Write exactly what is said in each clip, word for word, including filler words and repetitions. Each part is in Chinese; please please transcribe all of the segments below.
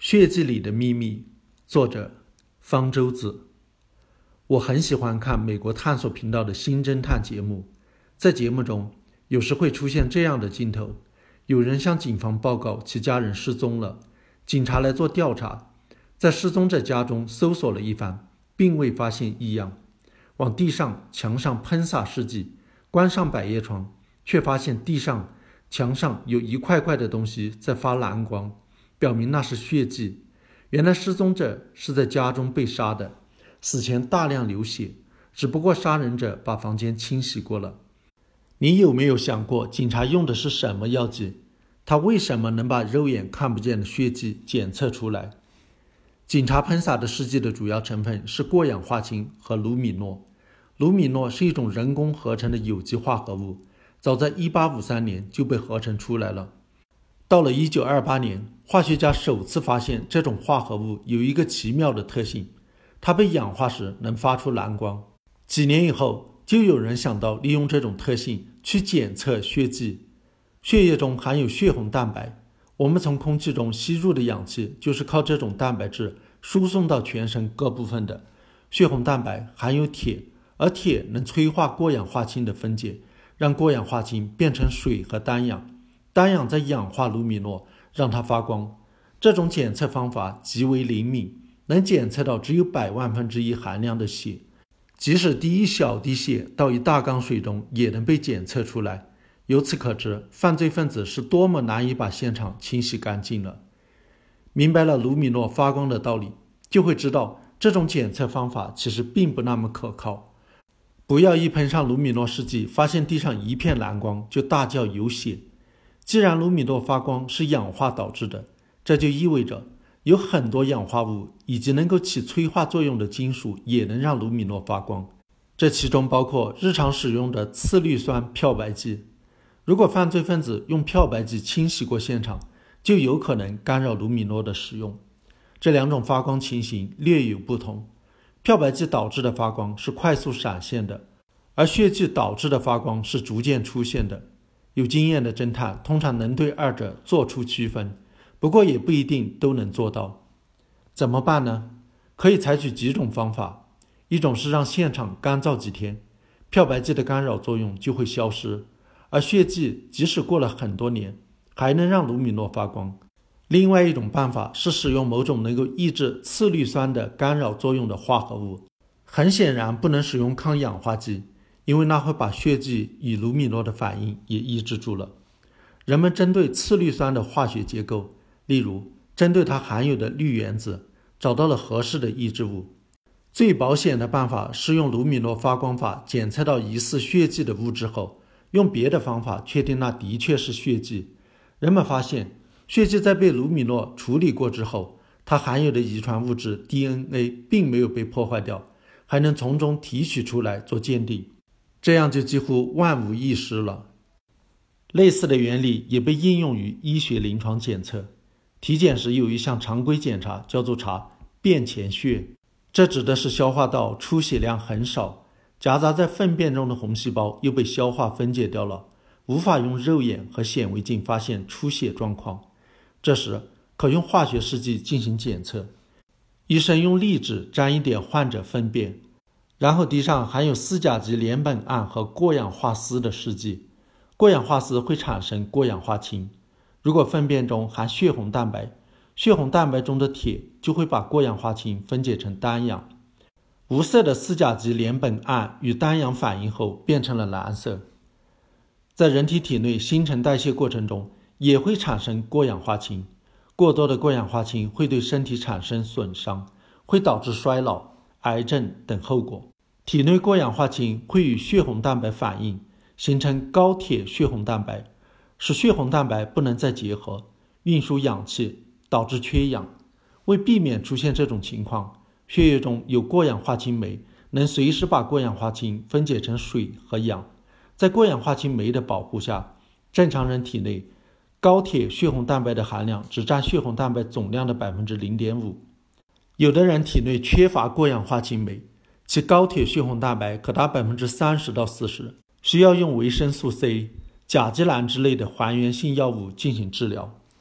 血迹里的秘密，作者方舟子。我很喜欢看美国探索频道的新侦探节目，在节目中有时会出现这样的镜头，有人向警方报告其家人失踪了，警察来做调查，在失踪者家中搜索了一番，并未发现异样，往地上墙上喷洒试剂，关上百叶窗，却发现地上墙上有一块块的东西在发蓝光，表明那是血迹。原来失踪者是在家中被杀的，死前大量流血，只不过杀人者把房间清洗过了。你有没有想过，警察用的是什么药剂？他为什么能把肉眼看不见的血迹检测出来？警察喷洒的试剂的主要成分是过氧化氢和卢米诺。卢米诺是一种人工合成的有机化合物，早在一八五三年就被合成出来了。到了一九二八年，化学家首次发现这种化合物有一个奇妙的特性，它被氧化时能发出蓝光。几年以后，就有人想到利用这种特性去检测血迹。血液中含有血红蛋白，我们从空气中吸入的氧气就是靠这种蛋白质输送到全身各部分的。血红蛋白含有铁，而铁能催化过氧化氢的分解，让过氧化氢变成水和单氧，单氧再氧化卢米诺，让它发光。这种检测方法极为灵敏，能检测到只有百万分之一含量的血，即使滴一小滴血到一大缸水中也能被检测出来。由此可知，犯罪分子是多么难以把现场清洗干净了。明白了卢米诺发光的道理，就会知道这种检测方法其实并不那么可靠。不要一喷上卢米诺试剂，发现地上一片蓝光就大叫有血。既然卢米诺发光是氧化导致的，这就意味着有很多氧化物以及能够起催化作用的金属也能让卢米诺发光，这其中包括日常使用的次氯酸漂白剂。如果犯罪分子用漂白剂清洗过现场，就有可能干扰卢米诺的使用。这两种发光情形略有不同，漂白剂导致的发光是快速闪现的，而血迹导致的发光是逐渐出现的。有经验的侦探通常能对二者做出区分，不过也不一定都能做到。怎么办呢？可以采取几种方法。一种是让现场干燥几天，漂白剂的干扰作用就会消失，而血迹即使过了很多年，还能让卢米诺发光。另外一种办法是使用某种能够抑制次氯酸的干扰作用的化合物。很显然不能使用抗氧化剂，因为那会把血迹与卢米诺的反应也抑制住了。人们针对次氯酸的化学结构，例如针对它含有的氯原子，找到了合适的抑制物。最保险的办法是用卢米诺发光法检测到疑似血迹的物质后，用别的方法确定那的确是血迹。人们发现，血迹在被卢米诺处理过之后，它含有的遗传物质 D N A 并没有被破坏掉，还能从中提取出来做鉴定，这样就几乎万无一失了。类似的原理也被应用于医学临床检测。体检时有一项常规检查叫做查便潜血，这指的是消化道出血量很少，夹杂在粪便中的红细胞又被消化分解掉了，无法用肉眼和显微镜发现出血状况。这时可用化学试剂进行检测。医生用粒纸沾一点患者粪便，然后滴上含有四甲基联苯胺和过氧化锶的试剂。过氧化锶会产生过氧化氢，如果粪便中含血红蛋白，血红蛋白中的铁就会把过氧化氢分解成单氧。无色的四甲基联苯胺与单氧反应后变成了蓝色。在人体体内新陈代谢过程中也会产生过氧化氢，过多的过氧化氢会对身体产生损伤，会导致衰老、癌症等后果。体内过氧化氢会与血红蛋白反应，形成高铁血红蛋白，使血红蛋白不能再结合，运输氧气，导致缺氧。为避免出现这种情况，血液中有过氧化氢酶，能随时把过氧化氢分解成水和氧。在过氧化氢酶的保护下，正常人体内高铁血红蛋白的含量只占血红蛋白总量的 百分之零点五。 有的人体内缺乏过氧化氢酶，其高铁血红蛋白可达 百分之三十到四十， 需要用维生素 C、甲基兰之类的还原性药物进行治疗。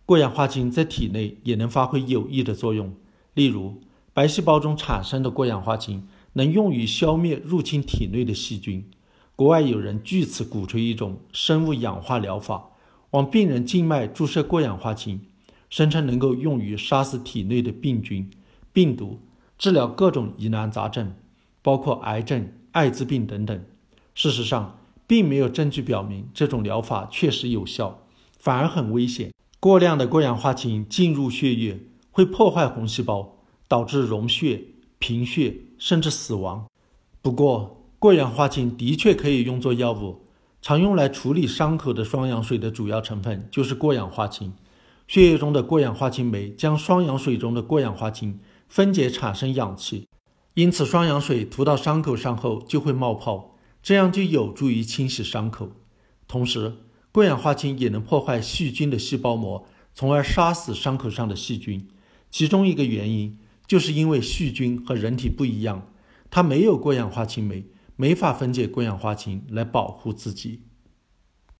过氧化氢在体内也能发挥有益的作用，例如白细胞中产生的过氧化氢能用于消灭入侵体内的细菌。国外有人据此鼓吹一种生物氧化疗法，往病人静脉注射过氧化氢，声称能够用于杀死体内的病菌、病毒，治疗各种疑难杂症，包括癌症、艾滋病等等。事实上，并没有证据表明这种疗法确实有效，反而很危险。过量的过氧化氢进入血液，会破坏红细胞，导致溶血、贫血，甚至死亡。不过，过氧化氢的确可以用作药物，常用来处理伤口的双氧水的主要成分就是过氧化氢。血液中的过氧化氢酶将双氧水中的过氧化氢分解产生氧气，因此双氧水涂到伤口上后就会冒泡，这样就有助于清洗伤口。同时，过氧化氢也能破坏细菌的细胞膜，从而杀死伤口上的细菌。其中一个原因就是因为细菌和人体不一样，它没有过氧化氢酶，没法分解过氧化氢来保护自己。